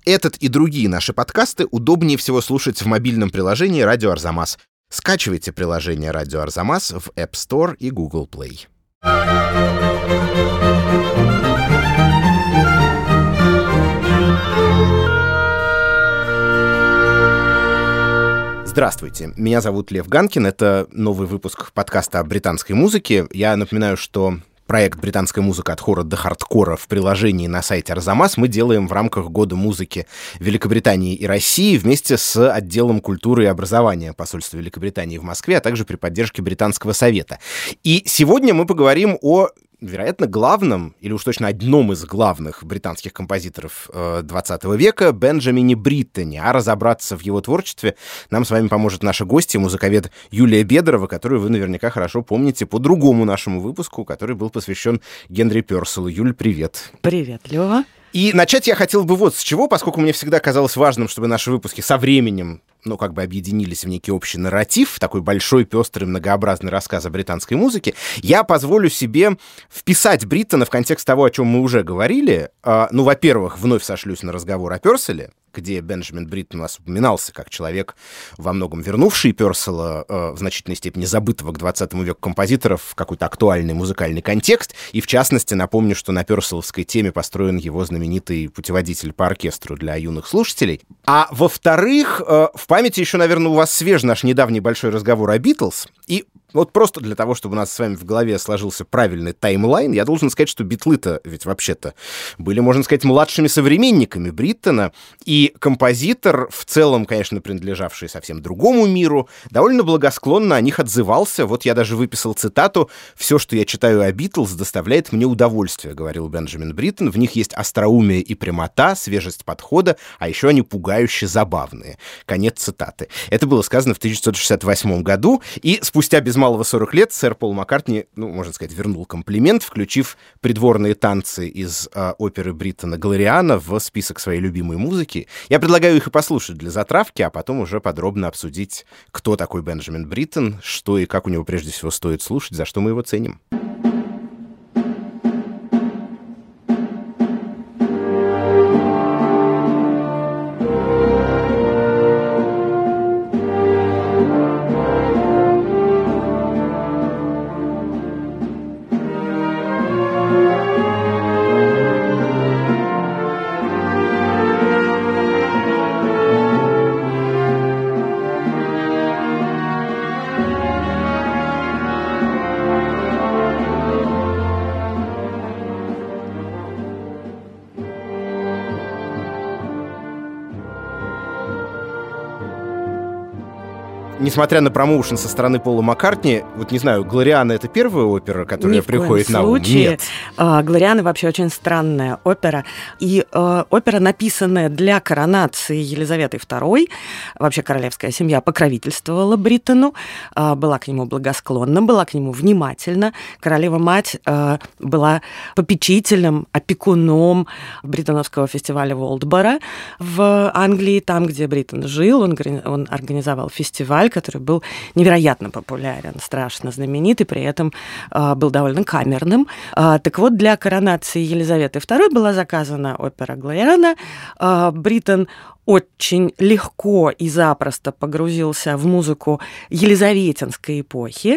Этот и другие наши подкасты удобнее всего слушать в мобильном приложении «Радио Арзамас». Скачивайте приложение «Радио Арзамас» в App Store и Google Play. Здравствуйте, меня зовут Лев Ганкин, это новый выпуск подкаста о британской музыке. Я напоминаю, что проект «Британская музыка от хора до хардкора» в приложении на сайте Арзамас мы делаем в рамках Года музыки Великобритании и России вместе с отделом культуры и образования посольства Великобритании в Москве, а также при поддержке Британского совета. И сегодня мы поговорим о, вероятно, главном, или уж точно одном из главных британских композиторов 20 века, Бенджамине Бриттоне. А разобраться в его творчестве нам с вами поможет наша гостья, музыковед Юлия Бедрова, которую вы наверняка хорошо помните по другому нашему выпуску, который был посвящен Генри Пёрселлу. Юль, привет. Привет, Лёва. И начать я хотел бы вот с чего, поскольку мне всегда казалось важным, чтобы наши выпуски со временем объединились в некий общий нарратив, такой большой, пестрый, многообразный рассказ о британской музыке, я позволю себе вписать Бриттона в контекст того, о чем мы уже говорили. Во-первых, вновь сошлюсь на разговор о Пёрселле, где Бенджамин Бриттон у нас упоминался как человек, во многом вернувший Пёрселла в значительной степени забытого к 20 веку композитора в какой-то актуальный музыкальный контекст. И, в частности, напомню, что на пёрселловской теме построен его знаменитый путеводитель по оркестру для юных слушателей. А во-вторых, в памяти еще, наверное, у вас свеж наш недавний большой разговор о Битлз. И вот просто для того, чтобы у нас с вами в голове сложился правильный таймлайн, я должен сказать, что Битлы-то ведь вообще-то были, можно сказать, младшими современниками Бриттона, и композитор, в целом, конечно, принадлежавший совсем другому миру, довольно благосклонно о них отзывался. Вот я даже выписал цитату: «Все, что я читаю о Битлз, доставляет мне удовольствие», — говорил Бенджамин Бриттон. «В них есть остроумие и прямота, свежесть подхода, а еще они пугающе забавные». Конец цитаты. Это было сказано в 1968 году, и спустя без малого 40 лет сэр Пол Маккартни, можно сказать, вернул комплимент, включив придворные танцы из оперы Бриттона «Глориана» в список своей любимой музыки. Я предлагаю их и послушать для затравки, а потом уже подробно обсудить, кто такой Бенджамин Бриттон, что и как у него прежде всего стоит слушать, за что мы его ценим. Несмотря на промоушен со стороны Пола Маккартни, вот не знаю, «Глориана» — это первая опера, которая приходит на ум? Нет. «Глориана» вообще очень странная опера. И опера, написанная для коронации Елизаветы II. Вообще королевская семья покровительствовала Бриттону, была к нему благосклонна, была к нему внимательна. Королева-мать была попечителем, опекуном Бриттоновского фестиваля Волдборо в Англии, там, где Бриттон жил. Он организовал фестиваль, который был невероятно популярен, страшно знаменит, и при этом был довольно камерным. Так вот, для коронации Елизаветы II была заказана опера «Глориана». Бриттон очень легко и запросто погрузился в музыку елизаветинской эпохи,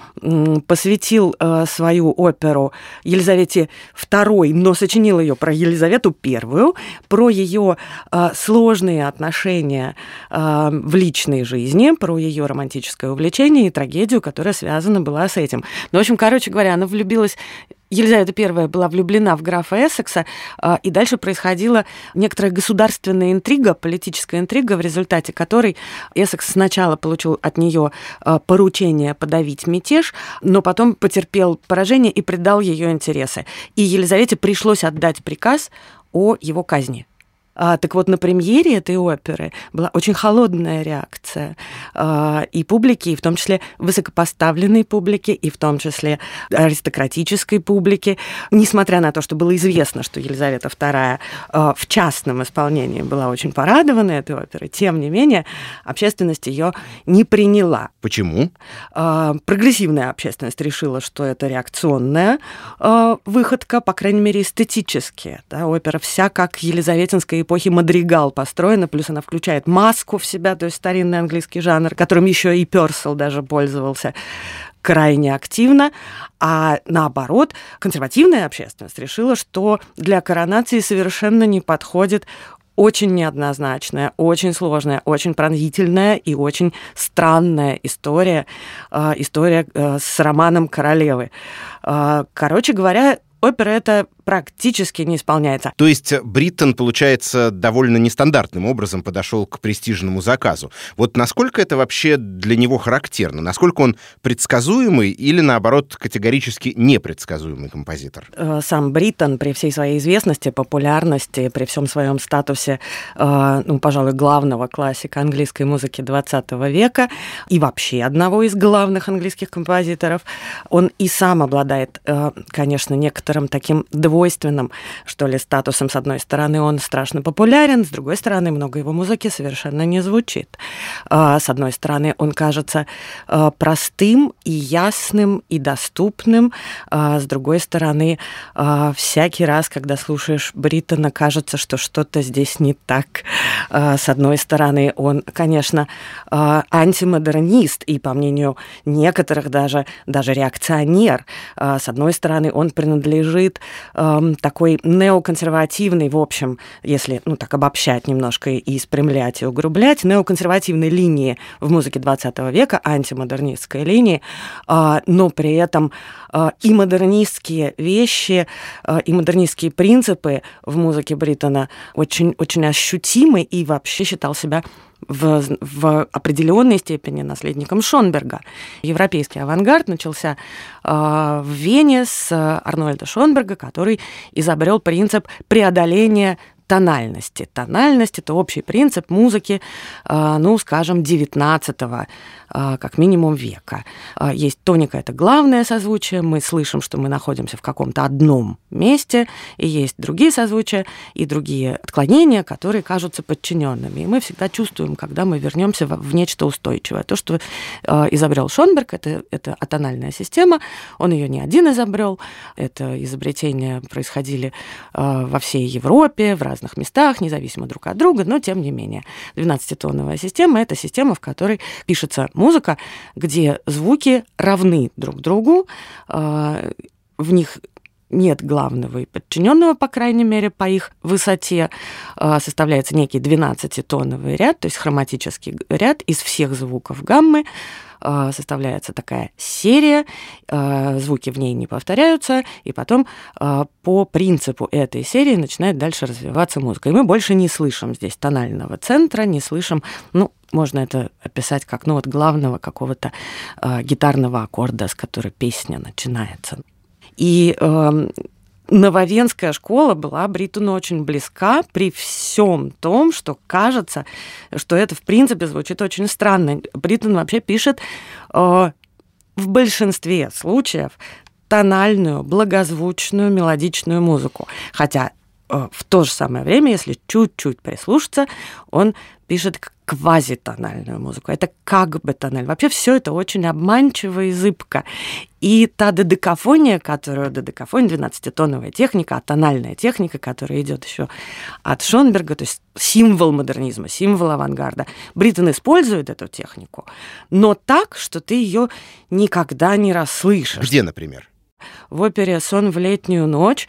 посвятил свою оперу Елизавете II, но сочинил ее про Елизавету I, про ее сложные отношения в личной жизни, про ее романтическое увлечение и трагедию, которая связана была с этим. Ну, в общем, короче говоря, она влюбилась. Елизавета I была влюблена в графа Эссекса, и дальше происходила некоторая государственная интрига, политическая интрига, в результате которой Эссекс сначала получил от нее поручение подавить мятеж, но потом потерпел поражение и предал ее интересы. И Елизавете пришлось отдать приказ о его казни. Так вот, на премьере этой оперы была очень холодная реакция и публики, и в том числе высокопоставленной публики, и в том числе аристократической публики. Несмотря на то, что было известно, что Елизавета II в частном исполнении была очень порадована этой оперой, тем не менее общественность ее не приняла. Почему? Прогрессивная общественность решила, что это реакционная выходка, по крайней мере, эстетически. Да, опера вся как елизаветинская эпохи мадригал построена, плюс она включает маску в себя, то есть старинный английский жанр, которым еще и Пёрселл даже пользовался крайне активно, а наоборот, консервативная общественность решила, что для коронации совершенно не подходит очень неоднозначная, очень сложная, очень пронзительная и очень странная история с романом королевы. Короче говоря, опера эта практически не исполняется. То есть Бриттон, получается, довольно нестандартным образом подошел к престижному заказу. Вот насколько это вообще для него характерно? Насколько он предсказуемый или, наоборот, категорически непредсказуемый композитор? Сам Бриттон при всей своей известности, популярности, при всем своем статусе, пожалуй, главного классика английской музыки XX века и вообще одного из главных английских композиторов, он и сам обладает, конечно, некоторым таким двойственным, что ли, статусом. С одной стороны, он страшно популярен, с другой стороны, много его музыки совершенно не звучит. С одной стороны, он кажется простым и ясным и доступным, с другой стороны, всякий раз, когда слушаешь Бриттона, кажется, что что-то здесь не так. С одной стороны, он, конечно, антимодернист и, по мнению некоторых, даже реакционер. С одной стороны, он принадлежит такой неоконсервативной, в общем, если, так обобщать немножко и спрямлять и угрублять, неоконсервативной линии в музыке XX века, антимодернистской линии, но при этом и модернистские вещи, и модернистские принципы в музыке Бриттона очень, очень ощутимы, и вообще считал себя в определенной степени наследником Шонберга. Европейский авангард начался в Вене с Арнольда Шонберга, который изобрел принцип преодоления тональности. Тональность — это общий принцип музыки, скажем, XIX, как минимум, века. Есть тоника — это главное созвучие, мы слышим, что мы находимся в каком-то одном месте, и есть другие созвучия и другие отклонения, которые кажутся подчиненными. И мы всегда чувствуем, когда мы вернемся в нечто устойчивое. То, что изобрел Шонберг, это атональная система, он ее не один изобрел, это изобретения происходили во всей Европе, в разных местах, независимо друг от друга, но тем не менее. 12-тоновая система — это система, в которой пишется музыка, где звуки равны друг другу, в них нет главного и подчиненного, по крайней мере, по их высоте. Составляется некий 12-тоновый ряд, то есть хроматический ряд из всех звуков гаммы. Составляется такая серия, звуки в ней не повторяются, и потом по принципу этой серии начинает дальше развиваться музыка. И мы больше не слышим здесь тонального центра, не слышим, можно это описать как главного какого-то гитарного аккорда, с которой песня начинается. И нововенская школа была Бриттону очень близка при всем том, что кажется, что это, в принципе, звучит очень странно. Бриттон вообще пишет в большинстве случаев тональную, благозвучную, мелодичную музыку. Хотя в то же самое время, если чуть-чуть прислушаться, он пишет квазитональную музыку. Это как бы тональная. Вообще все это очень обманчиво и зыбко. И та додекафония, 12-тоновая техника, а тональная техника, которая идет еще от Шонберга, то есть символ модернизма, символ авангарда. Бриттон использует эту технику, но так, что ты ее никогда не расслышишь. Где, например? В опере «Сон в летнюю ночь»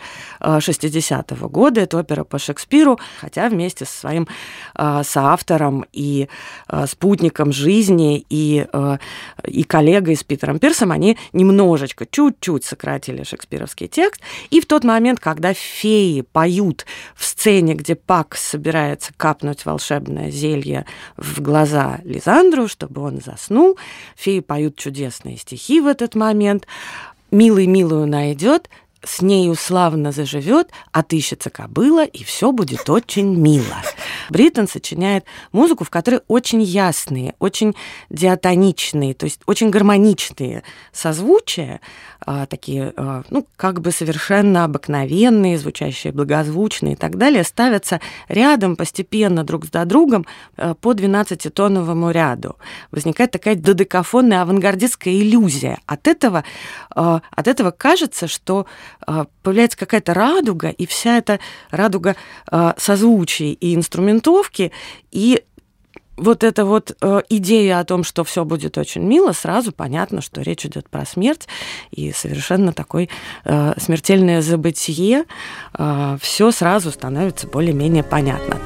60-го года. Это опера по Шекспиру, хотя вместе со своим соавтором и спутником жизни и коллегой с Питером Пирсом они немножечко, чуть-чуть сократили шекспировский текст. И в тот момент, когда феи поют в сцене, где Пак собирается капнуть волшебное зелье в глаза Лизандру, чтобы он заснул, феи поют чудесные стихи в этот момент. «Милый милую найдет, с нею славно заживет, отыщется кобыла, и все будет очень мило». Бриттон сочиняет музыку, в которой очень ясные, очень диатоничные, то есть очень гармоничные созвучия, такие, как бы совершенно обыкновенные, звучащие благозвучные и так далее, ставятся рядом постепенно друг за другом по 12-тоновому ряду. Возникает такая додекафонная авангардистская иллюзия. От этого кажется, что появляется какая-то радуга, и вся эта радуга созвучий и инструментовки, и вот эта вот идея о том, что все будет очень мило, сразу понятно, что речь идет про смерть, и совершенно такое смертельное забытие, все сразу становится более-менее понятно.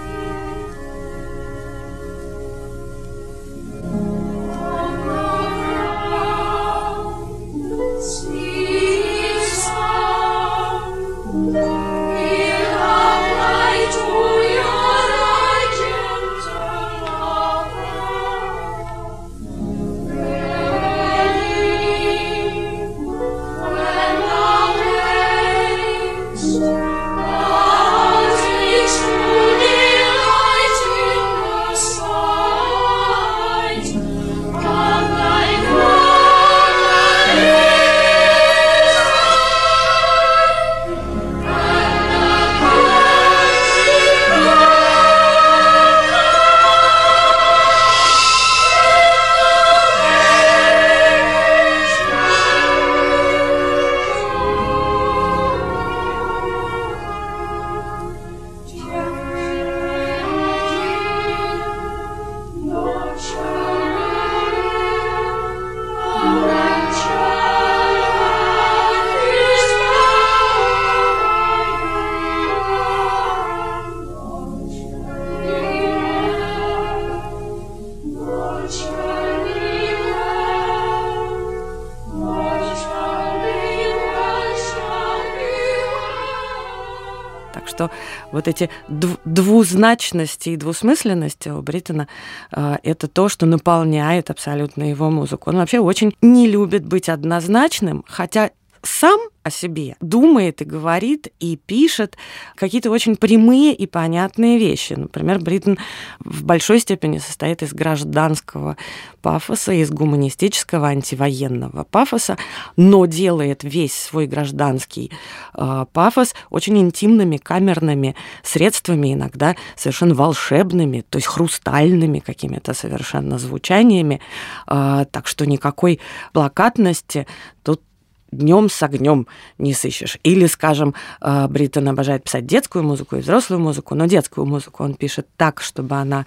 Что вот эти двузначности и двусмысленности у Бриттона это то, что наполняет абсолютно его музыку. Он вообще очень не любит быть однозначным, хотя сам о себе думает и говорит, и пишет какие-то очень прямые и понятные вещи. Например, Бриттон в большой степени состоит из гражданского пафоса, из гуманистического, антивоенного пафоса, но делает весь свой гражданский пафос очень интимными, камерными средствами, иногда совершенно волшебными, то есть хрустальными какими-то совершенно звучаниями. Так что никакой плакатности тут днем с огнем не сыщешь. Или, скажем, Бриттон обожает писать детскую музыку и взрослую музыку, но детскую музыку он пишет так, чтобы она,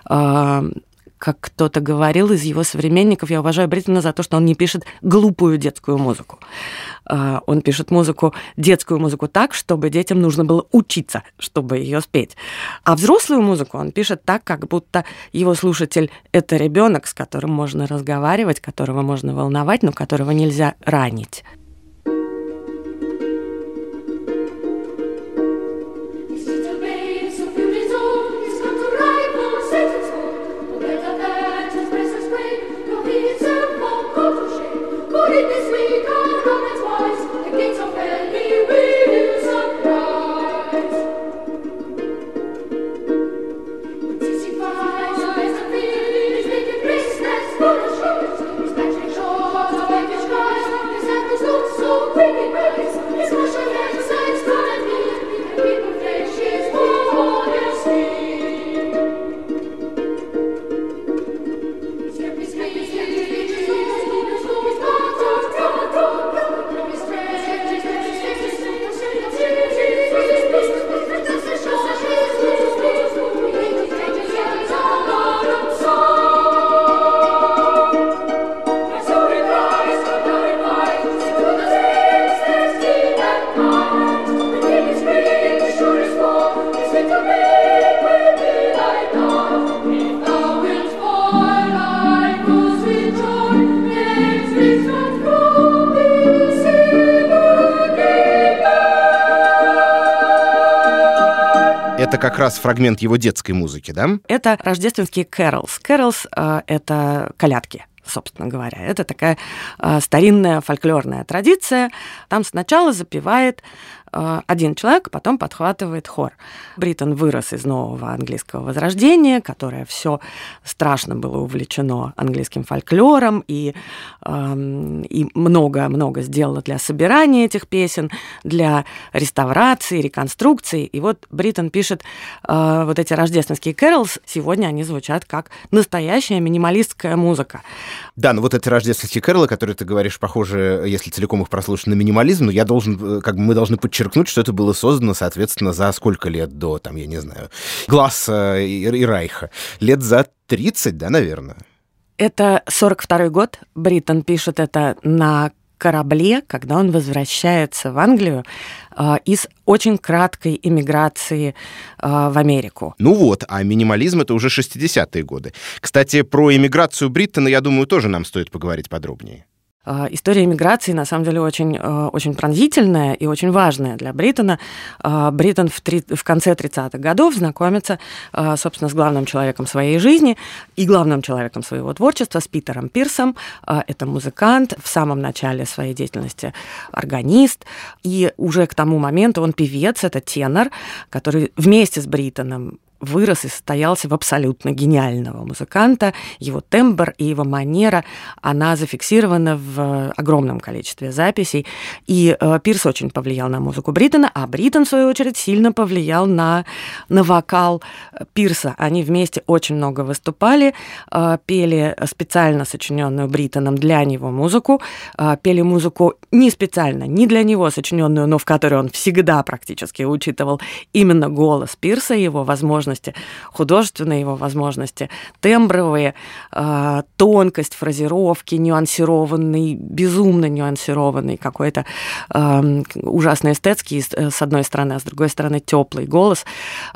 как кто-то говорил из его современников, я уважаю Бриттона за то, что он не пишет глупую детскую музыку. Он пишет детскую музыку так, чтобы детям нужно было учиться, чтобы ее спеть. А взрослую музыку он пишет так, как будто его слушатель — это ребенок, с которым можно разговаривать, которого можно волновать, но которого нельзя ранить. Это как раз фрагмент его детской музыки, да? Это рождественские кэролс. Кэролс — это колядки, собственно говоря. Это такая старинная фольклорная традиция. Там сначала запевает один человек потом подхватывает хор. Бриттон вырос из нового английского возрождения, которое все страшно было увлечено английским фольклором и много-много сделала для собирания этих песен, для реставрации, реконструкции. И вот Бриттон пишет вот эти рождественские кэролс, сегодня они звучат как настоящая минималистская музыка. Да, но вот эти рождественские кэролы, которые ты говоришь, похожи, если целиком их прослушать, на минимализм, но мы должны подчеркнуть, что это было создано, соответственно, за сколько лет до, там, я не знаю, Гласса и Райха? Лет за 30, да, наверное? Это 42-й год. Бриттон пишет это на корабле, когда он возвращается в Англию из очень краткой эмиграции в Америку. Ну вот, а минимализм — это уже 60-е годы. Кстати, про эмиграцию Бриттона, я думаю, тоже нам стоит поговорить подробнее. История эмиграции, на самом деле, очень пронзительная и очень важная для Бриттона. Бриттон в конце 30-х годов знакомится, собственно, с главным человеком своей жизни и главным человеком своего творчества, с Питером Пирсом. Это музыкант, в самом начале своей деятельности органист, и уже к тому моменту он певец, это тенор, который вместе с Бриттоном вырос и состоялся в абсолютно гениального музыканта. Его тембр и его манера, она зафиксирована в огромном количестве записей. И Пирс очень повлиял на музыку Бриттона, а Бриттон, в свою очередь, сильно повлиял на вокал Пирса. Они вместе очень много выступали, пели специально сочиненную Бриттоном для него музыку, пели музыку не специально, не для него сочиненную, но в которой он всегда практически учитывал именно голос Пирса, его возможности, художественные его возможности, тембровые, тонкость фразировки, нюансированный, безумно нюансированный какой-то ужасно эстетский, с одной стороны, а с другой стороны теплый голос.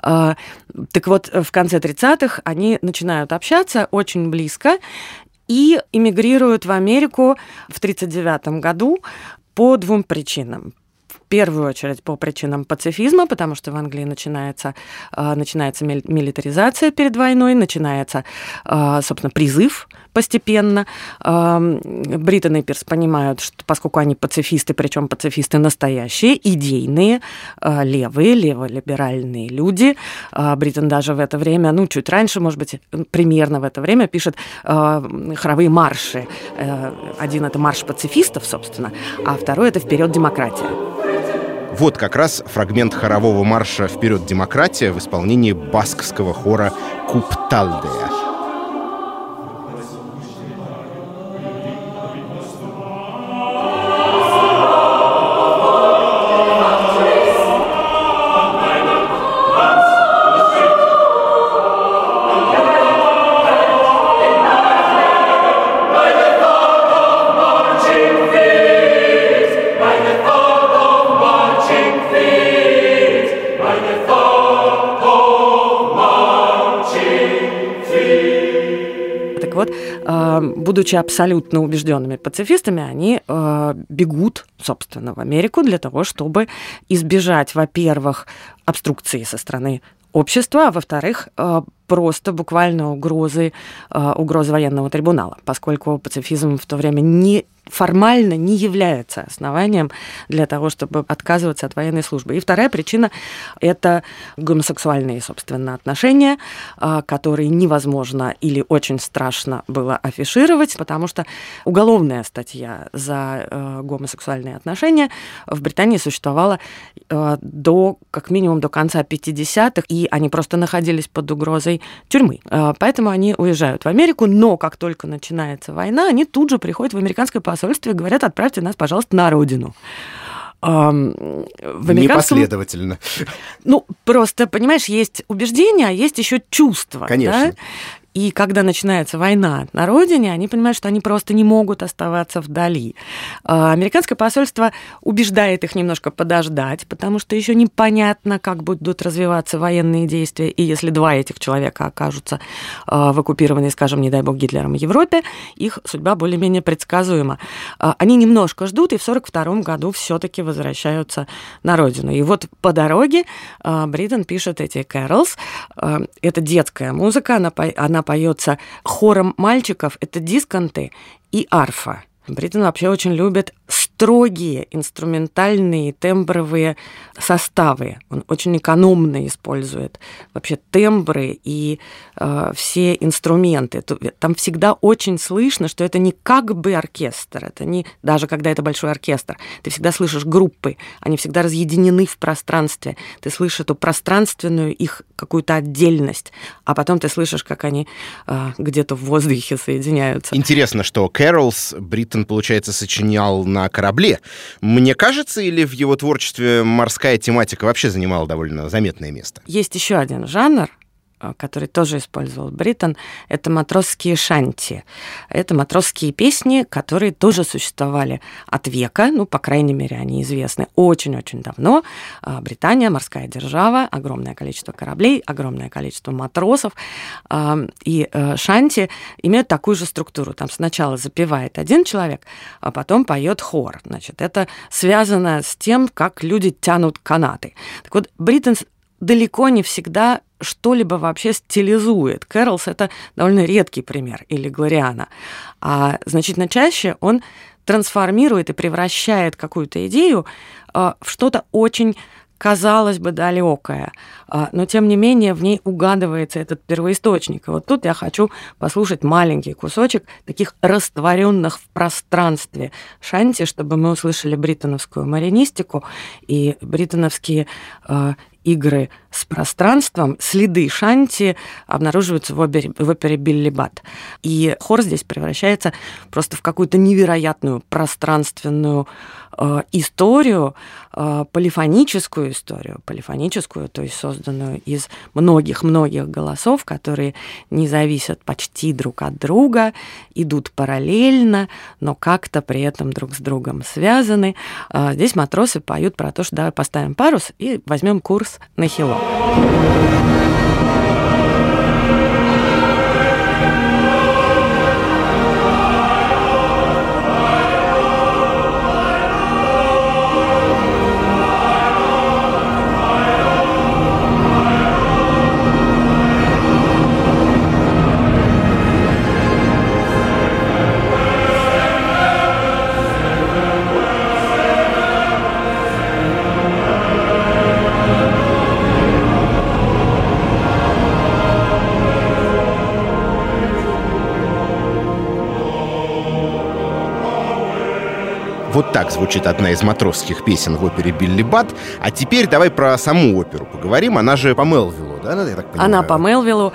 Так вот, в конце 30-х они начинают общаться очень близко и эмигрируют в Америку в 1939 году по двум причинам. В первую очередь по причинам пацифизма, потому что в Англии начинается милитаризация перед войной, начинается, собственно, призыв постепенно. Бриттон и Пирс понимают, что поскольку они пацифисты, причем пацифисты настоящие, идейные, леволиберальные люди. Бриттон даже в это время, чуть раньше, может быть, примерно в это время пишет хоровые марши. Один — это марш пацифистов, собственно, а второй — это «Вперед, демократия». Вот как раз фрагмент хорового марша «Вперед, демократия» в исполнении баскского хора Купталдея. Будучи абсолютно убежденными пацифистами, они бегут, собственно, в Америку для того, чтобы избежать, во-первых, обструкции со стороны общества, а во-вторых, просто буквально угрозы военного трибунала, поскольку пацифизм в то время формально не является основанием для того, чтобы отказываться от военной службы. И вторая причина – это гомосексуальные, собственно, отношения, которые невозможно или очень страшно было афишировать, потому что уголовная статья за гомосексуальные отношения в Британии существовала как минимум до конца 50-х, и они просто находились под угрозой тюрьмы. Поэтому они уезжают в Америку, но как только начинается война, они тут же приходят в американское посольство и говорят: отправьте нас, пожалуйста, на родину. Непоследовательно. Просто, понимаешь, есть убеждения, а есть еще чувства. Конечно. Да? И когда начинается война на родине, они понимают, что они просто не могут оставаться вдали. Американское посольство убеждает их немножко подождать, потому что еще непонятно, как будут развиваться военные действия. И если два этих человека окажутся в оккупированной, скажем, не дай бог, Гитлером Европе, их судьба более-менее предсказуема. Они немножко ждут, и в 1942 году все-таки возвращаются на родину. И вот по дороге Бриттон пишет эти кэролс. Это детская музыка, она поется хором мальчиков, это дисконты и арфа. Бриттон вообще очень любит строгие инструментальные тембровые составы. Он очень экономно использует вообще тембры и все инструменты. Там всегда очень слышно, что это не как бы оркестр, это не даже когда это большой оркестр. Ты всегда слышишь группы, они всегда разъединены в пространстве. Ты слышишь эту пространственную их какую-то отдельность, а потом ты слышишь, как они где-то в воздухе соединяются. Интересно, что Carols Бриттон, получается, сочинял на корабле. Мне кажется, или в его творчестве морская тематика вообще занимала довольно заметное место? Есть еще один жанр, который тоже использовал Бриттон, это матросские шанти. Это матросские песни, которые тоже существовали от века, ну, по крайней мере, они известны очень-очень давно. Британия, морская держава, огромное количество кораблей, огромное количество матросов. И шанти имеют такую же структуру. Там сначала запевает один человек, а потом поет хор. Значит, это связано с тем, как люди тянут канаты. Так вот, Бриттон далеко не всегда что-либо вообще стилизует. Carols — это довольно редкий пример, или Глориана. А значительно чаще он трансформирует и превращает какую-то идею в что-то очень, казалось бы, далекое. Но, тем не менее, в ней угадывается этот первоисточник. И вот тут я хочу послушать маленький кусочек таких растворенных в пространстве шанти, чтобы мы услышали бриттоновскую маринистику и бриттоновские игры с пространством. Следы шанти обнаруживаются в опере «Билли Бат». И хор здесь превращается просто в какую-то невероятную пространственную историю, полифоническую историю, то есть созданную из многих-многих голосов, которые не зависят почти друг от друга, идут параллельно, но как-то при этом друг с другом связаны. Здесь матросы поют про то, что давай поставим парус и возьмем курс на Хило. Вот так звучит одна из матросских песен в опере «Билли Бат». А теперь давай про саму оперу поговорим. Она же по Мелвиллу, да, я так понимаю? Она по Мелвиллу,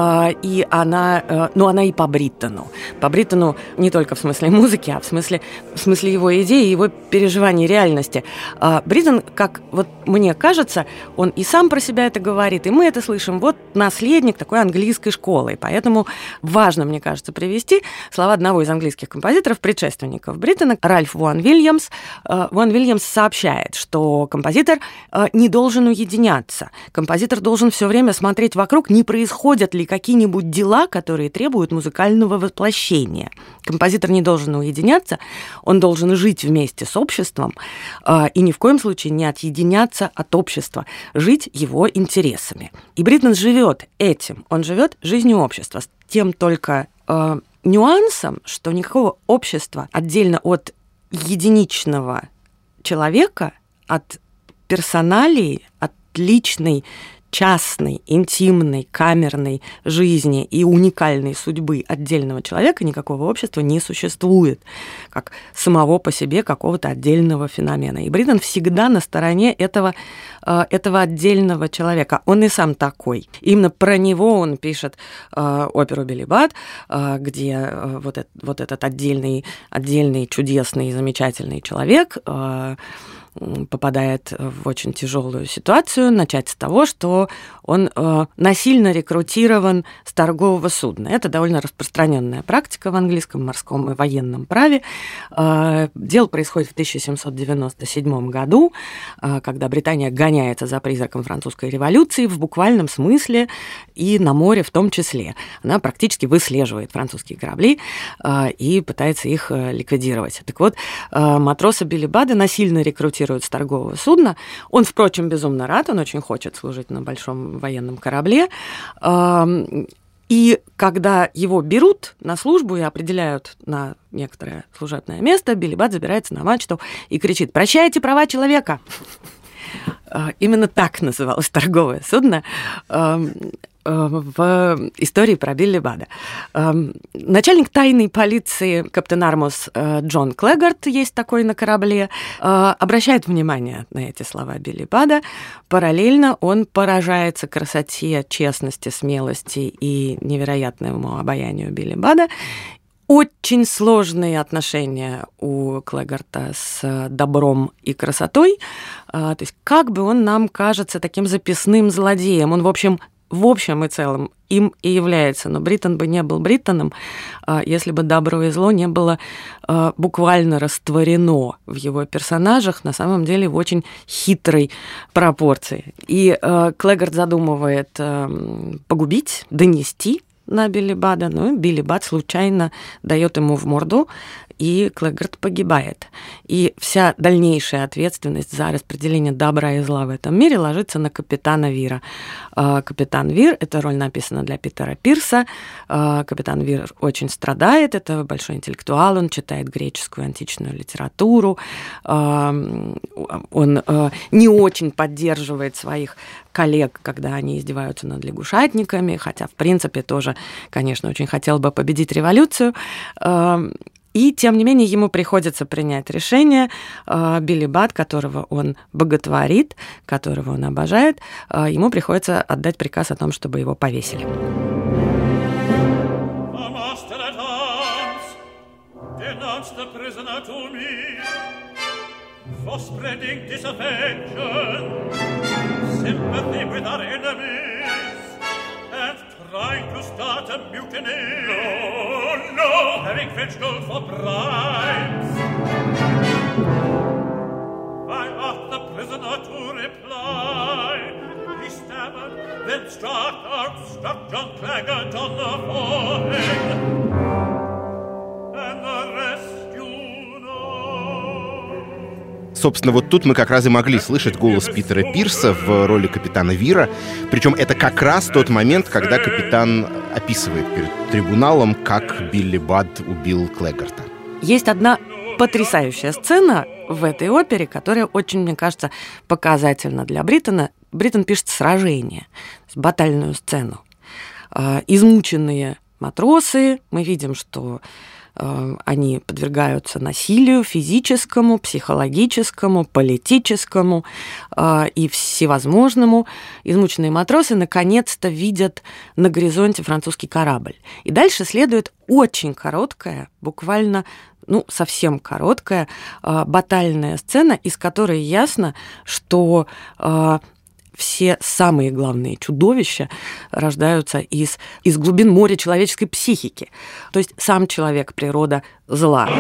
и она, она и по Бриттону. По Бриттону не только в смысле музыки, а в смысле его идеи, его переживаний реальности. Бриттон, как вот мне кажется, он и сам про себя это говорит, и мы это слышим. Вот наследник такой английской школы. И поэтому важно, мне кажется, привести слова одного из английских композиторов, предшественников Бриттона, Ральф Вон Вильямс. Вон Вильямс сообщает, что композитор не должен уединяться. Композитор должен все время смотреть вокруг, не происходят ли какие-нибудь дела, которые требуют музыкального воплощения. Композитор не должен уединяться, он должен жить вместе с обществом и ни в коем случае не отъединяться от общества, жить его интересами. И Бриттон живет этим, он живет жизнью общества, с тем только нюансом, что никакого общества отдельно от единичного человека, от персоналии, от личной, частной, интимной, камерной жизни и уникальной судьбы отдельного человека никакого общества не существует, как самого по себе какого-то отдельного феномена. И Бриттон всегда на стороне этого отдельного человека. Он и сам такой. Именно про него он пишет оперу «Билли Бат», где вот этот отдельный, чудесный, замечательный человек попадает в очень тяжелую ситуацию. Начать с того, что он насильно рекрутирован с торгового судна. Это довольно распространенная практика в английском морском и военном праве. Дело происходит в 1797 году, когда Британия гоняется за призраком французской революции в буквальном смысле и на море в том числе. Она практически выслеживает французские корабли и пытается их ликвидировать. Так вот, матроса Билли Бада насильно рекрутируют с торгового судна. Он, впрочем, безумно рад, он очень хочет служить на большом военном корабле. И когда его берут на службу и определяют на некоторое служебное место, Билли Бат забирается на мачту и кричит: «Прощайте права человека!» Именно так называлось торговое судно в истории про Билли Бада. Начальник тайной полиции капитан Армус Джон Клегард, есть такой на корабле, обращает внимание на эти слова Билли Бада. Параллельно он поражается красоте, честности, смелости и невероятному обаянию Билли Бада. Очень сложные отношения у Клегарта с добром и красотой. То есть как бы он нам кажется таким записным злодеем. Он, в общем и целом им и является. Но Бриттон бы не был Бриттоном, если бы добро и зло не было буквально растворено в его персонажах, на самом деле в очень хитрой пропорции. И Клегард задумывает погубить, донести на Билли Бада, но Билли Бад случайно дает ему в морду, и Клегард погибает. И вся дальнейшая ответственность за распределение добра и зла в этом мире ложится на капитана Вира. Капитан Вир, эта роль написана для Питера Пирса. Капитан Вир очень страдает, это большой интеллектуал, он читает греческую античную литературу, он не очень поддерживает своих коллег, когда они издеваются над лягушатниками, хотя, в принципе, тоже, конечно, очень хотел бы победить революцию. И, тем не менее, ему приходится принять решение. Билли Бад, которого он боготворит, которого он обожает, ему приходится отдать приказ о том, чтобы его повесили. Trying to start a mutiny. No, no, having fetched gold for bribes. I asked the prisoner to reply. He stammered, then struck John Claggart on the forehead. And the rest you know. Собственно, вот тут мы как раз и могли слышать голос Питера Пирса в роли капитана Вира. Причем это как раз тот момент, когда капитан описывает перед трибуналом, как Билли Бад убил Клегарта. Есть одна потрясающая сцена в этой опере, которая очень, мне кажется, показательна для Бриттона. Бриттон пишет сражение, батальную сцену. Измученные матросы, мы видим, что они подвергаются насилию физическому, психологическому, политическому и всевозможному. Измученные матросы наконец-то видят на горизонте французский корабль. И дальше следует очень короткая, буквально, совсем короткая батальная сцена, из которой ясно, что все самые главные чудовища рождаются из глубин моря человеческой психики. То есть сам человек, природа зла.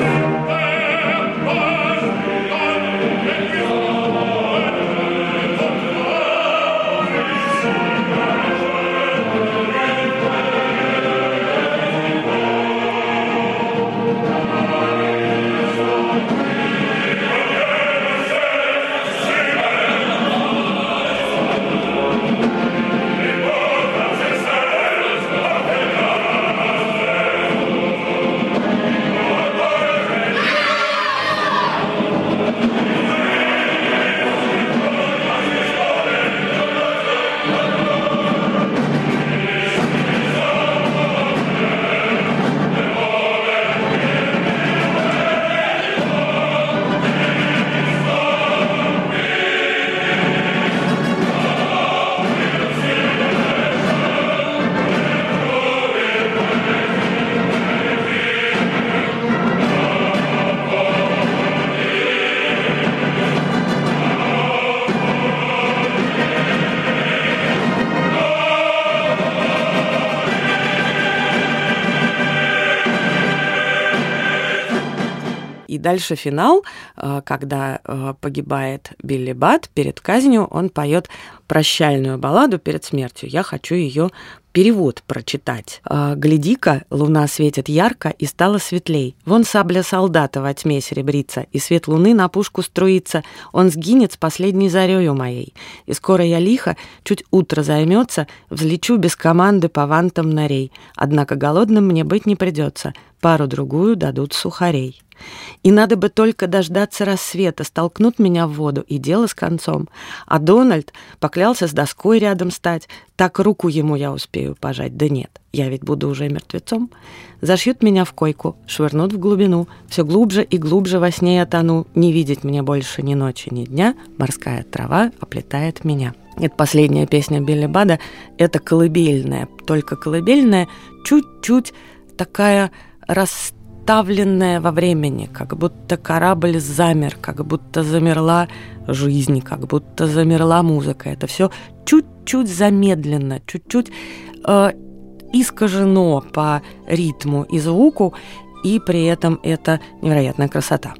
И дальше финал, когда погибает Билли Бад, перед казнью он поет прощальную балладу перед смертью. Я хочу ее перевод прочитать. «Гляди-ка, луна светит ярко, и стало светлей. Вон сабля солдата во тьме серебрится, и свет луны на пушку струится. Он сгинет с последней зарею моей. И скоро я лихо, чуть утро займется, взлечу без команды по вантам норей. Однако голодным мне быть не придется, пару-другую дадут сухарей. И надо бы только дождаться рассвета, столкнут меня в воду, и дело с концом. А Дональд поклялся с доской рядом стать, так руку ему я успею пожать, да нет, я ведь буду уже мертвецом. Зашьют меня в койку, швырнут в глубину, все глубже и глубже во сне я тону, не видеть мне больше ни ночи, ни дня, морская трава оплетает меня». Это последняя песня Билли Бадда, это колыбельная, только колыбельная, чуть-чуть такая расставленная во времени, как будто корабль замер, как будто замерла жизнь, как будто замерла музыка. Это все чуть-чуть замедленно, чуть-чуть искажено по ритму и звуку, и при этом это невероятная красота.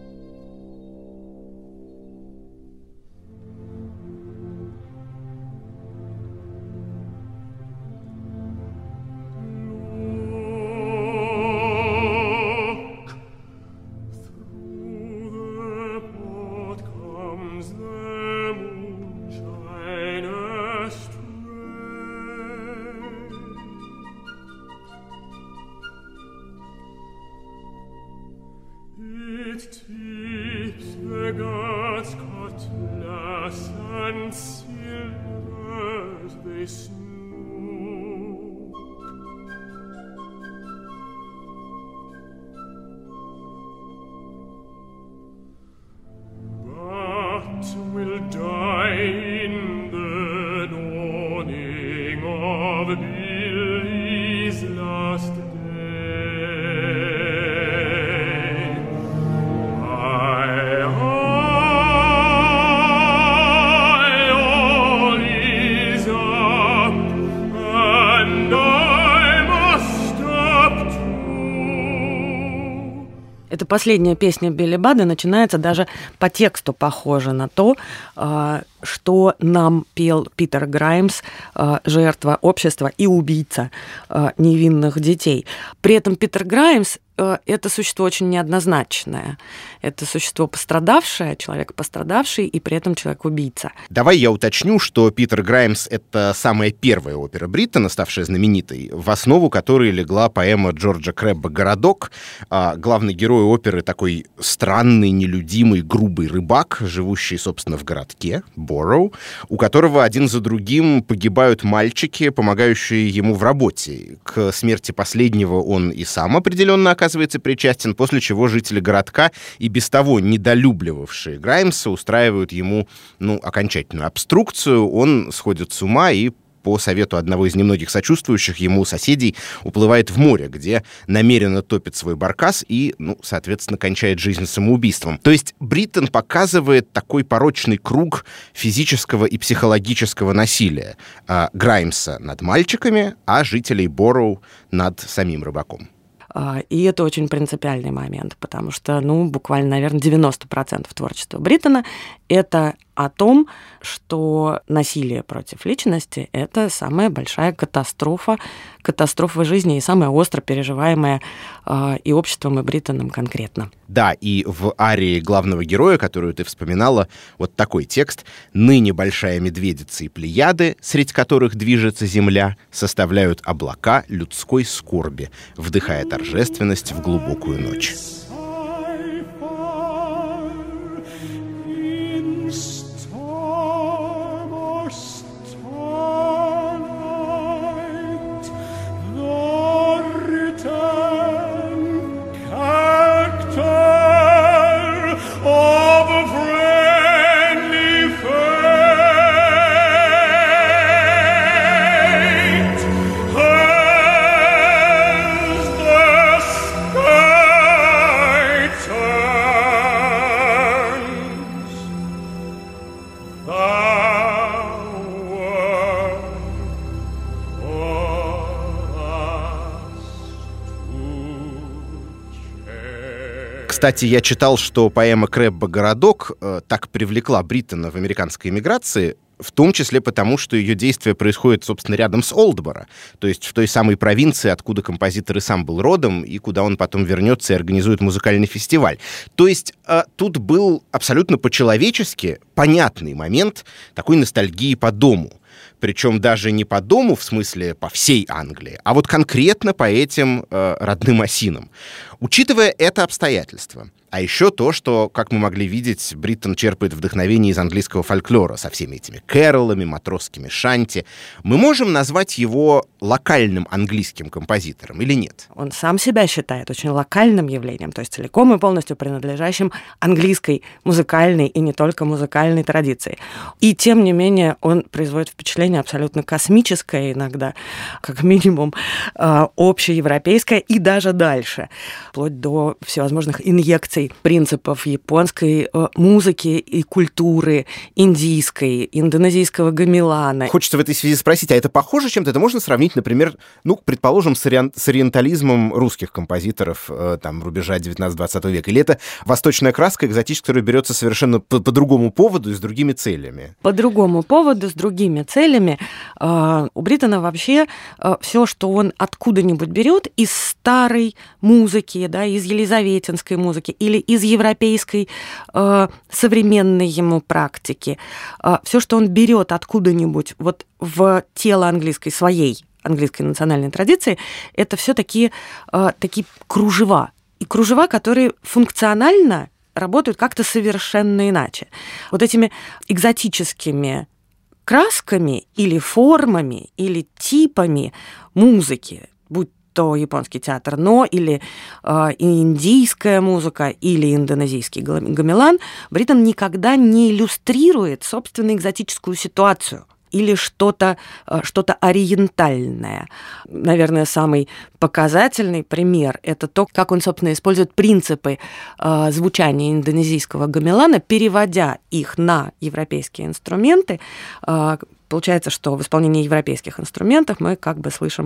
Эта последняя песня Билли Бадда начинается даже по тексту похоже на то, что нам пел Питер Граймс, жертва общества и убийца невинных детей. При этом Питер Граймс — это существо очень неоднозначное. Это существо пострадавшее, человек пострадавший, и при этом человек-убийца. Давай я уточню, что Питер Граймс — это самая первая опера Бриттона, ставшая знаменитой, в основу которой легла поэма Джорджа Крэбба «Городок». Главный герой оперы — такой странный, нелюдимый, грубый рыбак, живущий, собственно, в городке, Борроу, у которого один за другим погибают мальчики, помогающие ему в работе. К смерти последнего он и сам определенно оказывается причастен, после чего жители городка, и без того недолюбливавшие Граймса, устраивают ему, окончательную обструкцию. Он сходит с ума и по совету одного из немногих сочувствующих ему соседей уплывает в море, где намеренно топит свой баркас и, соответственно, кончает жизнь самоубийством. То есть Бриттон показывает такой порочный круг физического и психологического насилия. Граймса над мальчиками, а жителей Борроу над самим рыбаком. И это очень принципиальный момент, потому что, буквально, наверное, 90% творчества Бриттона — это о том, что насилие против личности — это самая большая катастрофа жизни и самая остро переживаемая и обществом, и Бриттоном конкретно. Да, и в арии главного героя, которую ты вспоминала, вот такой текст: «Ныне большая медведица и плеяды, средь которых движется земля, составляют облака людской скорби, вдыхая торжественность в глубокую ночь». Кстати, я читал, что поэма Крэбба «Городок» так привлекла Бриттона в американской эмиграции, в том числе потому, что ее действие происходит, собственно, рядом с Олдборо, то есть в той самой провинции, откуда композитор и сам был родом, и куда он потом вернется и организует музыкальный фестиваль. То есть тут был абсолютно по-человечески понятный момент такой ностальгии по дому. Причем даже не по дому, в смысле по всей Англии, а вот конкретно по этим родным осинам. Учитывая это обстоятельство, а еще то, что, как мы могли видеть, Бриттон черпает вдохновение из английского фольклора со всеми этими кэролами, матросскими шанти, мы можем назвать его локальным английским композитором или нет? Он сам себя считает очень локальным явлением, то есть целиком и полностью принадлежащим английской музыкальной и не только музыкальной традиции. И тем не менее он производит впечатление абсолютно космическое иногда, как минимум общеевропейское и даже дальше, вплоть до всевозможных инъекций принципов японской музыки и культуры, индийской, индонезийского гамелана. Хочется в этой связи спросить, а это похоже чем-то? Это можно сравнить, например, предположим, с ориентализмом русских композиторов рубежа 19-20 века? Или это восточная краска, экзотическая, которая берется совершенно по другому поводу и с другими целями? По другому поводу, с другими целями. У Бриттона вообще все, что он откуда-нибудь берет из старой музыки, да, из елизаветинской музыки или из европейской современной ему практики, все, что он берет откуда-нибудь вот в тело своей английской национальной традиции, это все такие кружева. И кружева, которые функционально работают как-то совершенно иначе. Вот этими экзотическими красками или формами, или типами музыки, будь то японский театр Но, или индийская музыка, или индонезийский гамелан, Бриттон никогда не иллюстрирует собственно экзотическую ситуацию или что-то ориентальное. Наверное, самый показательный пример – это то, как он, собственно, использует принципы звучания индонезийского гамелана, переводя их на европейские инструменты. Получается, что в исполнении европейских инструментов мы как бы слышим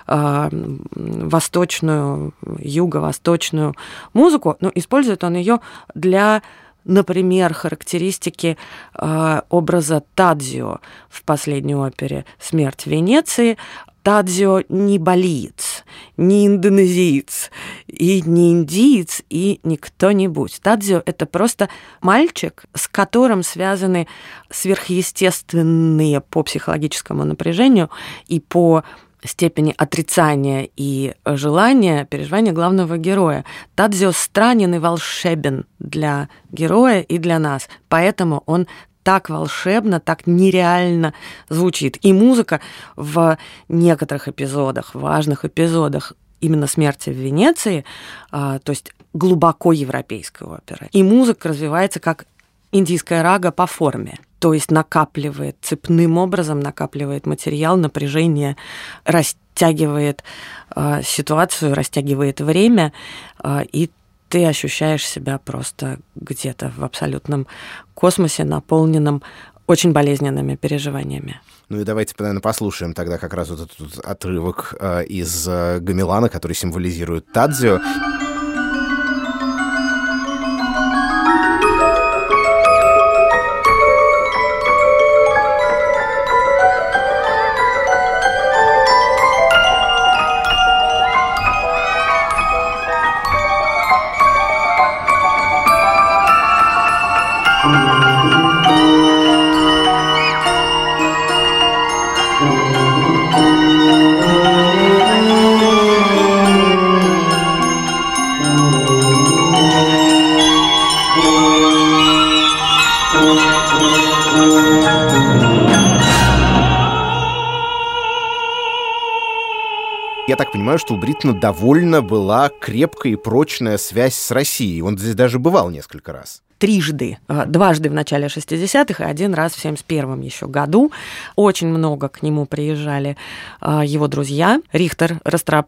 восточную, юго-восточную музыку, но использует он ее для, например, характеристики образа Тадзио в последней опере «Смерть Венеции». Тадзио не балиец, не индонезиец, и не индиец, и не кто-нибудь. Тадзио – это просто мальчик, с которым связаны сверхъестественные по психологическому напряжению и по степени отрицания и желания, переживания главного героя. Тадзио странен и волшебен для героя и для нас, поэтому он так волшебно, так нереально звучит. И музыка в некоторых эпизодах, важных эпизодах именно «Смерти в Венеции», то есть глубоко европейской оперы. И музыка развивается как индийская рага по форме, то есть накапливает цепным образом, накапливает материал, напряжение, растягивает ситуацию, растягивает время, и ты ощущаешь себя просто где-то в абсолютном космосе, наполненном очень болезненными переживаниями. Ну и давайте, наверное, послушаем тогда как раз вот этот отрывок из гамелана, который символизирует Тадзио. Я так понимаю, что у Бриттона довольно была крепкая и прочная связь с Россией. Он здесь даже бывал несколько раз. Дважды в начале 60-х и один раз в 71-м еще году. Очень много к нему приезжали его друзья, Рихтер,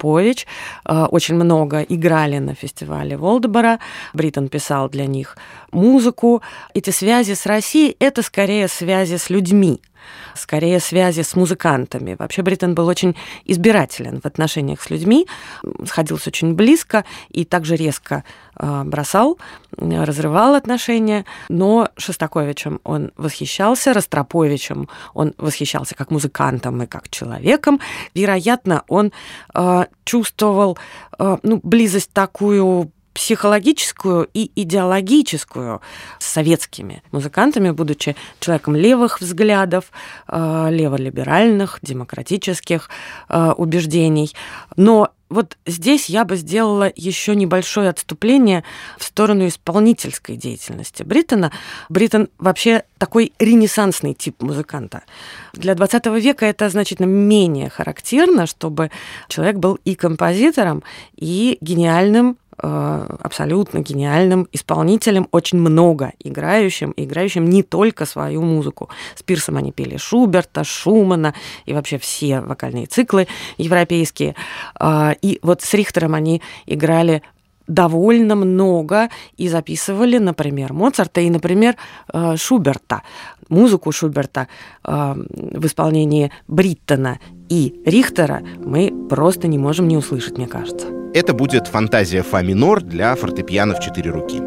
Ростропович. Очень много играли на фестивале в Олдборо. Бриттон писал для них музыку, эти связи с Россией — это скорее связи с людьми, скорее связи с музыкантами. Вообще Бриттон был очень избирателен в отношениях с людьми, сходился очень близко и также резко бросал, разрывал отношения. Но Шостаковичем он восхищался, Ростроповичем он восхищался как музыкантом и как человеком. Вероятно, он чувствовал близость такую психологическую и идеологическую с советскими музыкантами, будучи человеком левых взглядов, леволиберальных, демократических убеждений. Но вот здесь я бы сделала еще небольшое отступление в сторону исполнительской деятельности Бриттона. Бриттон вообще такой ренессансный тип музыканта. Для 20 века это значительно менее характерно, чтобы человек был и композитором, и гениальным, абсолютно гениальным исполнителем, очень много играющим не только свою музыку. С Пирсом они пели Шуберта, Шумана и вообще все вокальные циклы европейские. И вот с Рихтером они играли довольно много и записывали, например, Моцарта и, например, Шуберта. Музыку Шуберта в исполнении Бриттона и Рихтера мы просто не можем не услышать, мне кажется. Это будет фантазия фа минор для фортепиано в 4 руки.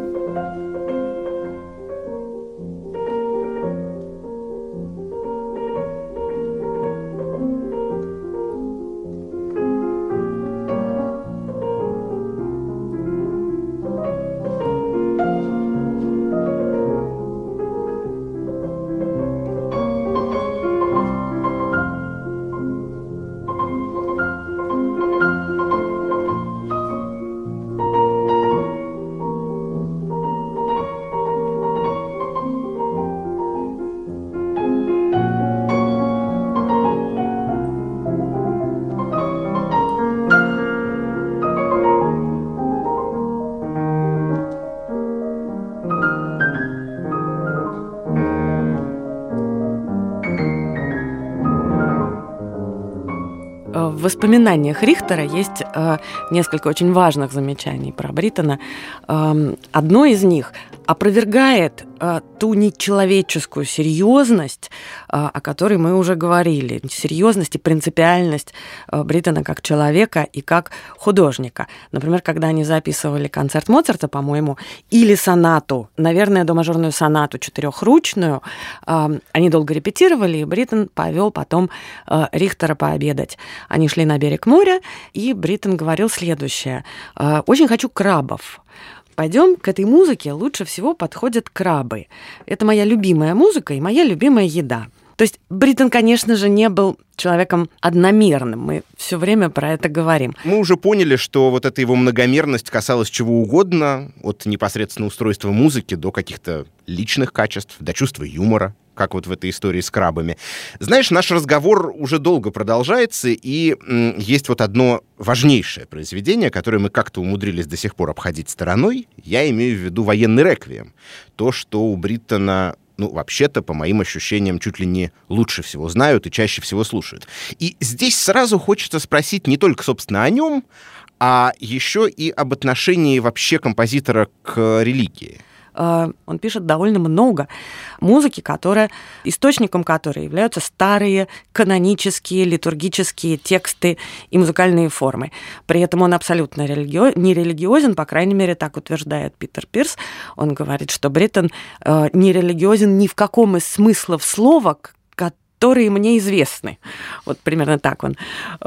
В воспоминаниях Рихтера есть несколько очень важных замечаний про Бриттона. Одно из них опровергает ту нечеловеческую серьезность, о которой мы уже говорили. Серьезность и принципиальность Бриттона как человека и как художника. Например, когда они записывали концерт Моцарта, по-моему, или сонату, наверное, до-мажорную сонату четырехручную, они долго репетировали, и Бриттон повел потом Рихтера пообедать. Они шли на берег моря, и Бриттон говорил следующее. «Очень хочу крабов. Пойдем, к этой музыке лучше всего подходят крабы. Это моя любимая музыка и моя любимая еда». То есть Бриттон, конечно же, не был человеком одномерным. Мы все время про это говорим. Мы уже поняли, что вот эта его многомерность касалась чего угодно, от непосредственно устройства музыки до каких-то личных качеств, до чувства юмора, как вот в этой истории с крабами. Знаешь, наш разговор уже долго продолжается, и есть вот одно важнейшее произведение, которое мы как-то умудрились до сих пор обходить стороной. Я имею в виду «Военный реквием». То, что у Бриттона, вообще-то, по моим ощущениям, чуть ли не лучше всего знают и чаще всего слушают. И здесь сразу хочется спросить не только, собственно, о нем, а еще и об отношении вообще композитора к религии. Он пишет довольно много музыки, источником которой являются старые канонические литургические тексты и музыкальные формы. При этом он абсолютно не религиозен, по крайней мере, так утверждает Питер Пирс. Он говорит, что Бриттон не религиозен ни в каком из смыслов слова, которые мне известны. Вот примерно так он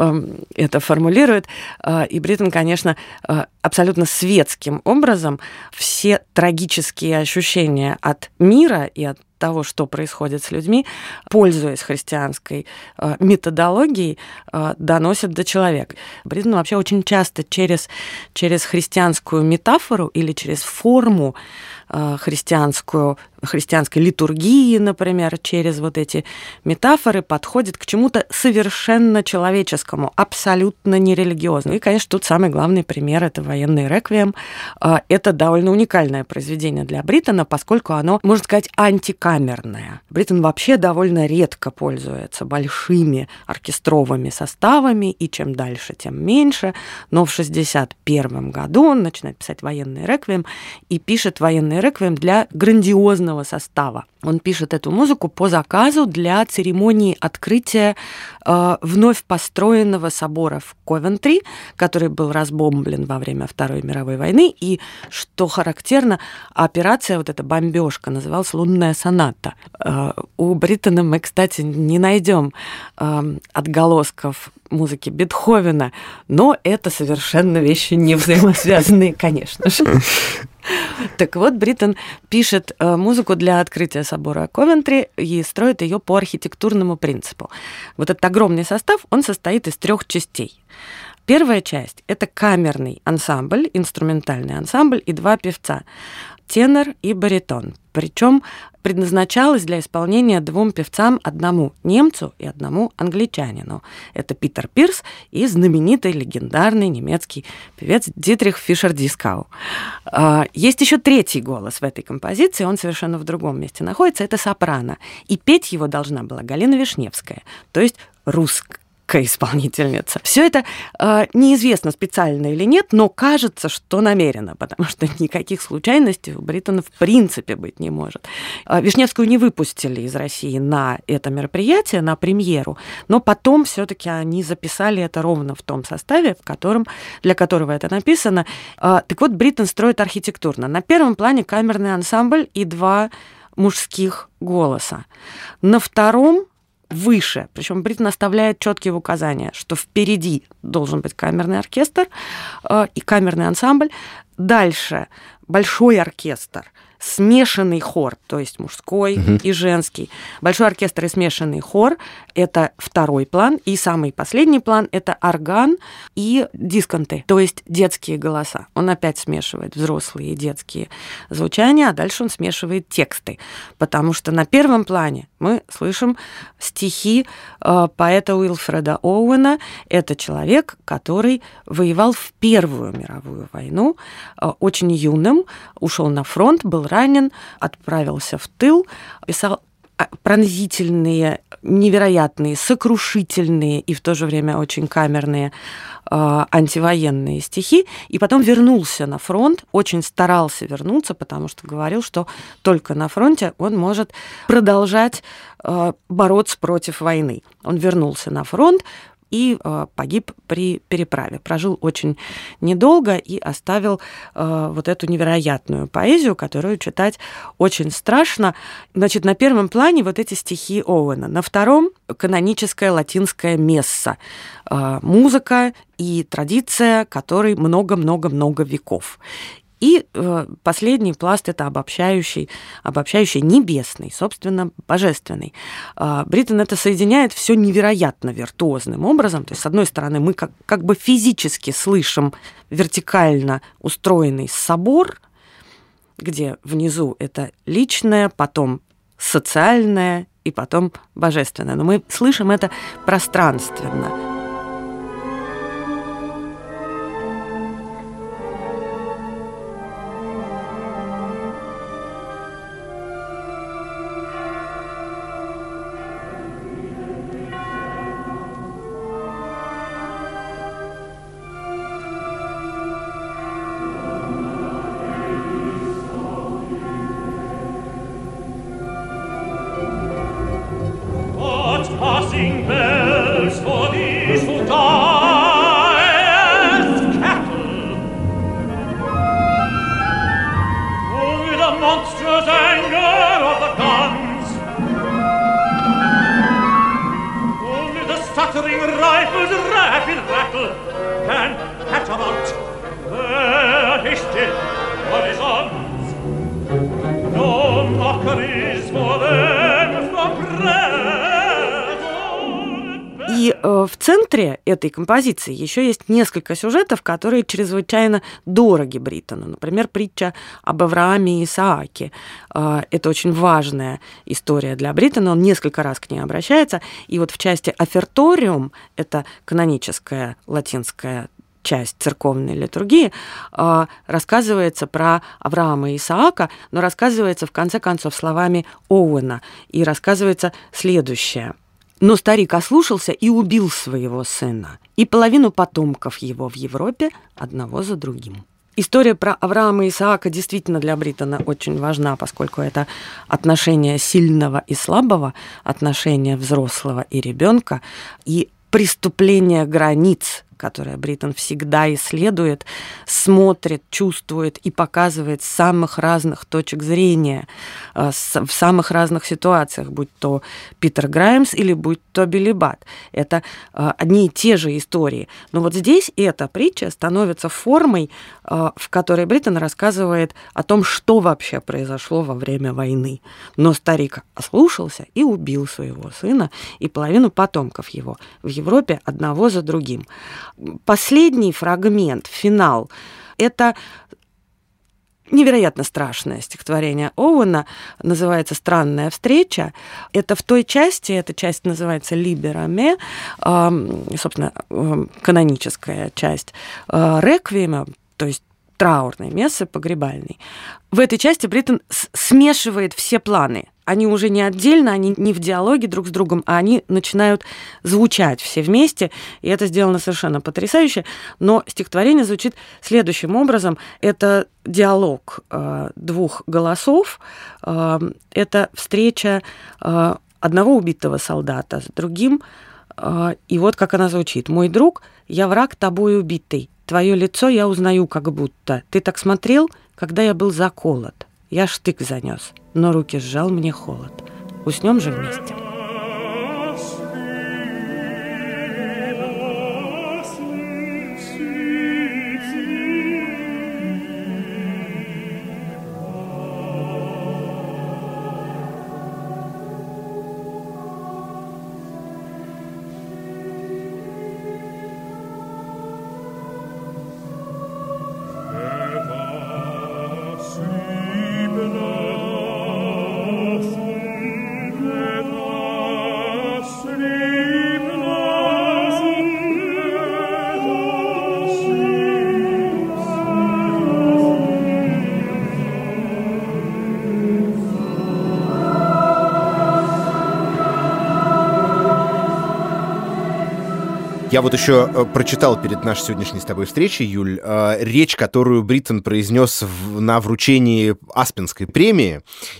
это формулирует. И Бриттон, конечно, абсолютно светским образом все трагические ощущения от мира и от того, что происходит с людьми, пользуясь христианской методологией, доносит до человека. Бриттон вообще очень часто через христианскую метафору или через форму христианской литургии, например, через вот эти метафоры подходит к чему-то совершенно человеческому, абсолютно нерелигиозному. И, конечно, тут самый главный пример — это «Военный реквием». Это довольно уникальное произведение для Бриттона, поскольку оно, можно сказать, антикамерное. Бриттон вообще довольно редко пользуется большими оркестровыми составами, и чем дальше, тем меньше. Но в 1961 году он начинает писать «Военный реквием» и пишет «Военный фортепианный реквием для грандиозного состава. Он пишет эту музыку по заказу для церемонии открытия вновь построенного собора в Ковентри, который был разбомблен во время Второй мировой войны. И, что характерно, операция, вот эта бомбежка, называлась «Лунная соната». У Бриттона мы, кстати, не найдем отголосков музыки Бетховена, но это совершенно вещи не взаимосвязанные, конечно же. Так вот, Бриттон пишет музыку для открытия собора Ковентри и строит ее по архитектурному принципу. Вот этот огромный состав, он состоит из 3 частей. Первая часть – это камерный ансамбль, инструментальный ансамбль и 2 певца – тенор и баритон. Причем предназначалась для исполнения 2 певцам, одному немцу и одному англичанину. Это Питер Пирс и знаменитый легендарный немецкий певец Дитрих Фишер-Дискау. Есть еще 3-й голос в этой композиции, он совершенно в другом месте находится, это сопрано. И петь его должна была Галина Вишневская, то есть русская исполнительница. Все это неизвестно, специально или нет, но кажется, что намеренно, потому что никаких случайностей у Бриттона в принципе быть не может. Вишневскую не выпустили из России на это мероприятие, на премьеру, но потом все-таки они записали это ровно в том составе, для которого это написано. Так вот, Бриттон строит архитектурно. На первом плане камерный ансамбль и 2 мужских голоса. На втором выше, причем Бриттон оставляет четкие указания, что впереди должен быть камерный оркестр и камерный ансамбль. Дальше большой оркестр, смешанный хор, то есть мужской и женский. Большой оркестр и смешанный хор – это 2-й план. И самый последний план – это орган и дисконты, то есть детские голоса. Он опять смешивает взрослые и детские звучания, а дальше он смешивает тексты. Потому что на первом плане мы слышим стихи поэта Уилфреда Оуэна. Это человек, который воевал в Первую мировую войну, очень юным, ушел на фронт, был ранен, отправился в тыл, писал пронзительные, невероятные, сокрушительные и в то же время очень камерные антивоенные стихи, и потом вернулся на фронт, очень старался вернуться, потому что говорил, что только на фронте он может продолжать бороться против войны. Он вернулся на фронт и погиб при переправе. Прожил очень недолго и оставил вот эту невероятную поэзию, которую читать очень страшно. Значит, на первом плане вот эти стихи Оуэна. На втором – каноническая латинская месса. Музыка и традиция, которой много-много-много веков. И последний пласт – это обобщающий небесный, собственно, божественный. Бриттон это соединяет все невероятно виртуозным образом. То есть, с одной стороны, мы как бы физически слышим вертикально устроенный собор, где внизу это личное, потом социальное и потом божественное. Но мы слышим это пространственно. Passing bells for these who die as cattle, with the monstrous anger of the guns, only the stuttering rifles' rapid rattle can catapult their hasty horizons. No mockeries for them from breath. И в центре этой композиции еще есть несколько сюжетов, которые чрезвычайно дороги Бриттону. Например, притча об Аврааме и Исааке. Это очень важная история для Бриттона, он несколько раз к ней обращается. И вот в части «Оферториум», это каноническая латинская часть церковной литургии, рассказывается про Авраама и Исаака, но рассказывается, в конце концов, словами Оуэна. И рассказывается следующее. «Но старик ослушался и убил своего сына, и половину потомков его в Европе одного за другим». История про Авраама и Исаака действительно для Бриттона очень важна, поскольку это отношение сильного и слабого, отношение взрослого и ребенка, и преступление границ, которое Бриттон всегда исследует, смотрит, чувствует и показывает с самых разных точек зрения, в самых разных ситуациях, будь то Питер Граймс или будь то Билли Батт. Это одни и те же истории. Но вот здесь эта притча становится формой, в которой Бриттон рассказывает о том, что вообще произошло во время войны. Но старик ослушался и убил своего сына и половину потомков его в Европе одного за другим. Последний фрагмент, финал, это невероятно страшное стихотворение Оуэна, называется «Странная встреча». Это в той части, эта часть называется «Libera me», собственно, каноническая часть реквиема, то есть траурной мессы, погребальной. В этой части Бриттон смешивает все планы. Они уже не отдельно, они не в диалоге друг с другом, а они начинают звучать все вместе, и это сделано совершенно потрясающе. Но стихотворение звучит следующим образом. Это диалог двух голосов, это встреча одного убитого солдата с другим, и вот как она звучит. «Мой друг, я враг тобой убитый, твое лицо я узнаю как будто. Ты так смотрел, когда я был заколот. Я штык занес, но руки сжал мне холод. Уснем же вместе». Я вот еще прочитал перед нашей сегодняшней с тобой встречей, Юль, речь, которую Бриттон произнес на вручении Аспенской премии.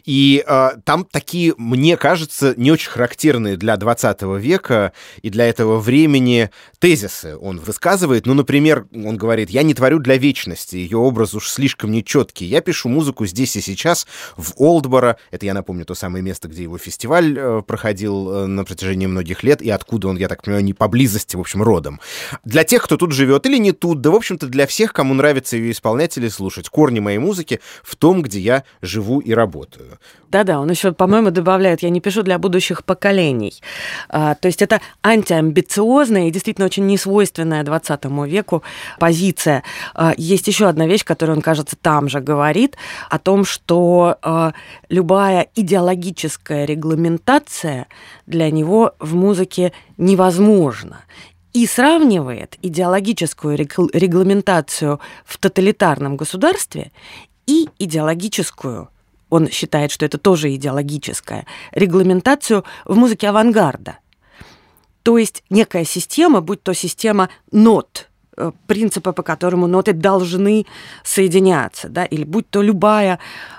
И там такие, мне кажется, не очень характерные для 20 века и для этого времени тезисы он высказывает. Ну, например, он говорит: «Я не творю для вечности, ее образ уж слишком нечеткий. Я пишу музыку здесь и сейчас, в Олдборо». Это, я напомню, то самое место, где его фестиваль проходил на протяжении многих лет, и откуда он, я так понимаю, не поблизости, в общем, родом. Для тех, кто тут живет или не тут, да, в общем-то, для всех, кому нравится ее исполнять или слушать. Корни моей музыки в том, где я живу и работаю. Да-да, он еще, по-моему, добавляет: «Я не пишу для будущих поколений». То есть это антиамбициозная и действительно очень несвойственная 20 веку позиция. Есть еще одна вещь, которую он, кажется, там же говорит, о том, что любая идеологическая регламентация для него в музыке невозможна. И сравнивает идеологическую регламентацию в тоталитарном государстве и идеологическую, он считает, что это тоже идеологическая, регламентацию в музыке авангарда. То есть некая система, будь то система нот, принципы, по которому ноты должны соединяться, да, или будь то любая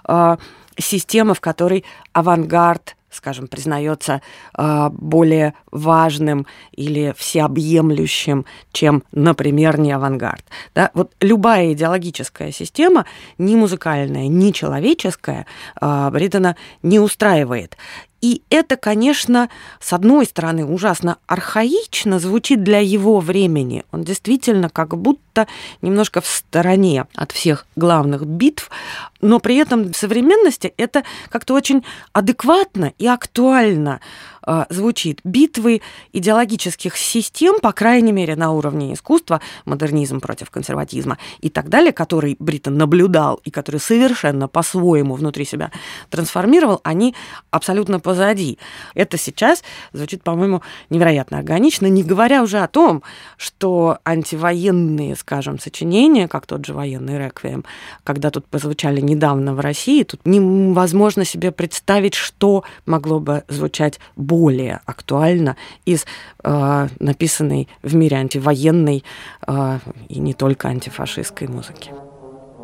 система, в которой авангард, скажем, признается более важным или всеобъемлющим, чем, например, не авангард. Да? Вот любая идеологическая система, ни музыкальная, ни человеческая, Бриттона не устраивает. И это, конечно, с одной стороны, ужасно архаично звучит для его времени. Он действительно как будто немножко в стороне от всех главных битв, но при этом в современности это как-то очень адекватно и актуально звучит. Битвы идеологических систем, по крайней мере, на уровне искусства, модернизм против консерватизма и так далее, который Бриттон наблюдал и который совершенно по-своему внутри себя трансформировал, они абсолютно позади. Это сейчас звучит, по-моему, невероятно органично, не говоря уже о том, что антивоенные, скажем, сочинения, как тот же военный реквием, когда тут позвучали недавно в России, тут невозможно себе представить, что могло бы звучать более актуально из написанной в мире антивоенной и не только антифашистской музыки.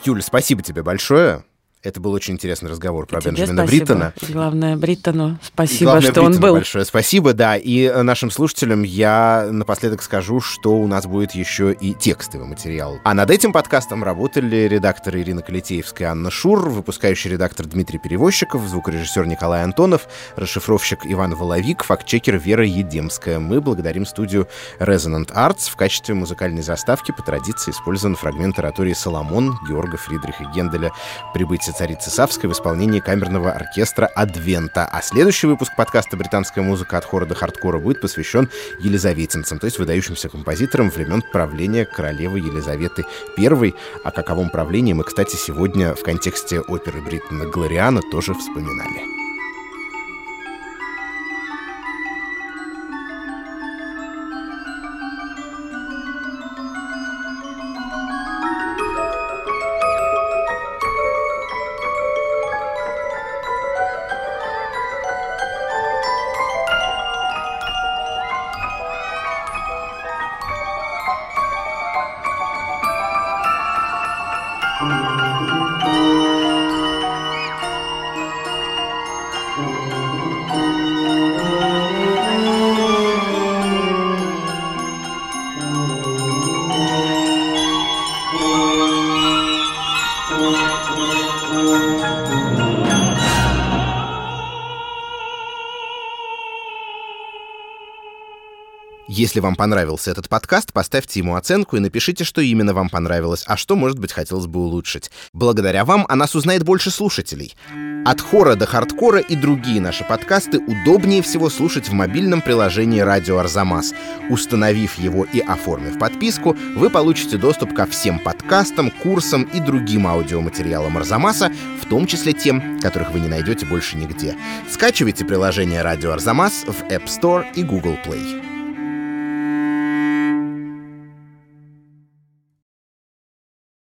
Юль, спасибо тебе большое. Это был очень интересный разговор про Бенджамина Бриттона. И главное, Бриттону спасибо, что он был. Большое спасибо, да. И нашим слушателям я напоследок скажу, что у нас будет еще и текстовый материал. А над этим подкастом работали редакторы Ирина Калитеевская и Анна Шур, выпускающий редактор Дмитрий Перевозчиков, звукорежиссер Николай Антонов, расшифровщик Иван Воловик, фактчекер Вера Едемская. Мы благодарим студию Resonant Arts. В качестве музыкальной заставки по традиции использован фрагмент оратории «Соломон» Георга Фридриха Генделя «Прибытие царицы Савской» в исполнении камерного оркестра «Адвента». А следующий выпуск подкаста «Британская музыка от хора до хардкора» будет посвящен елизаветинцам, то есть выдающимся композиторам времен правления королевы Елизаветы I. О каковом правлении мы, кстати, сегодня в контексте оперы Бриттона «Глориана» тоже вспоминали. Если вам понравился этот подкаст, поставьте ему оценку и напишите, что именно вам понравилось, а что, может быть, хотелось бы улучшить. Благодаря вам о нас узнает больше слушателей. От хора до хардкора и другие наши подкасты удобнее всего слушать в мобильном приложении «Радио Арзамас». Установив его и оформив подписку, вы получите доступ ко всем подкастам, курсам и другим аудиоматериалам Арзамаса, в том числе тем, которых вы не найдете больше нигде. Скачивайте приложение «Радио Арзамас» в App Store и Google Play.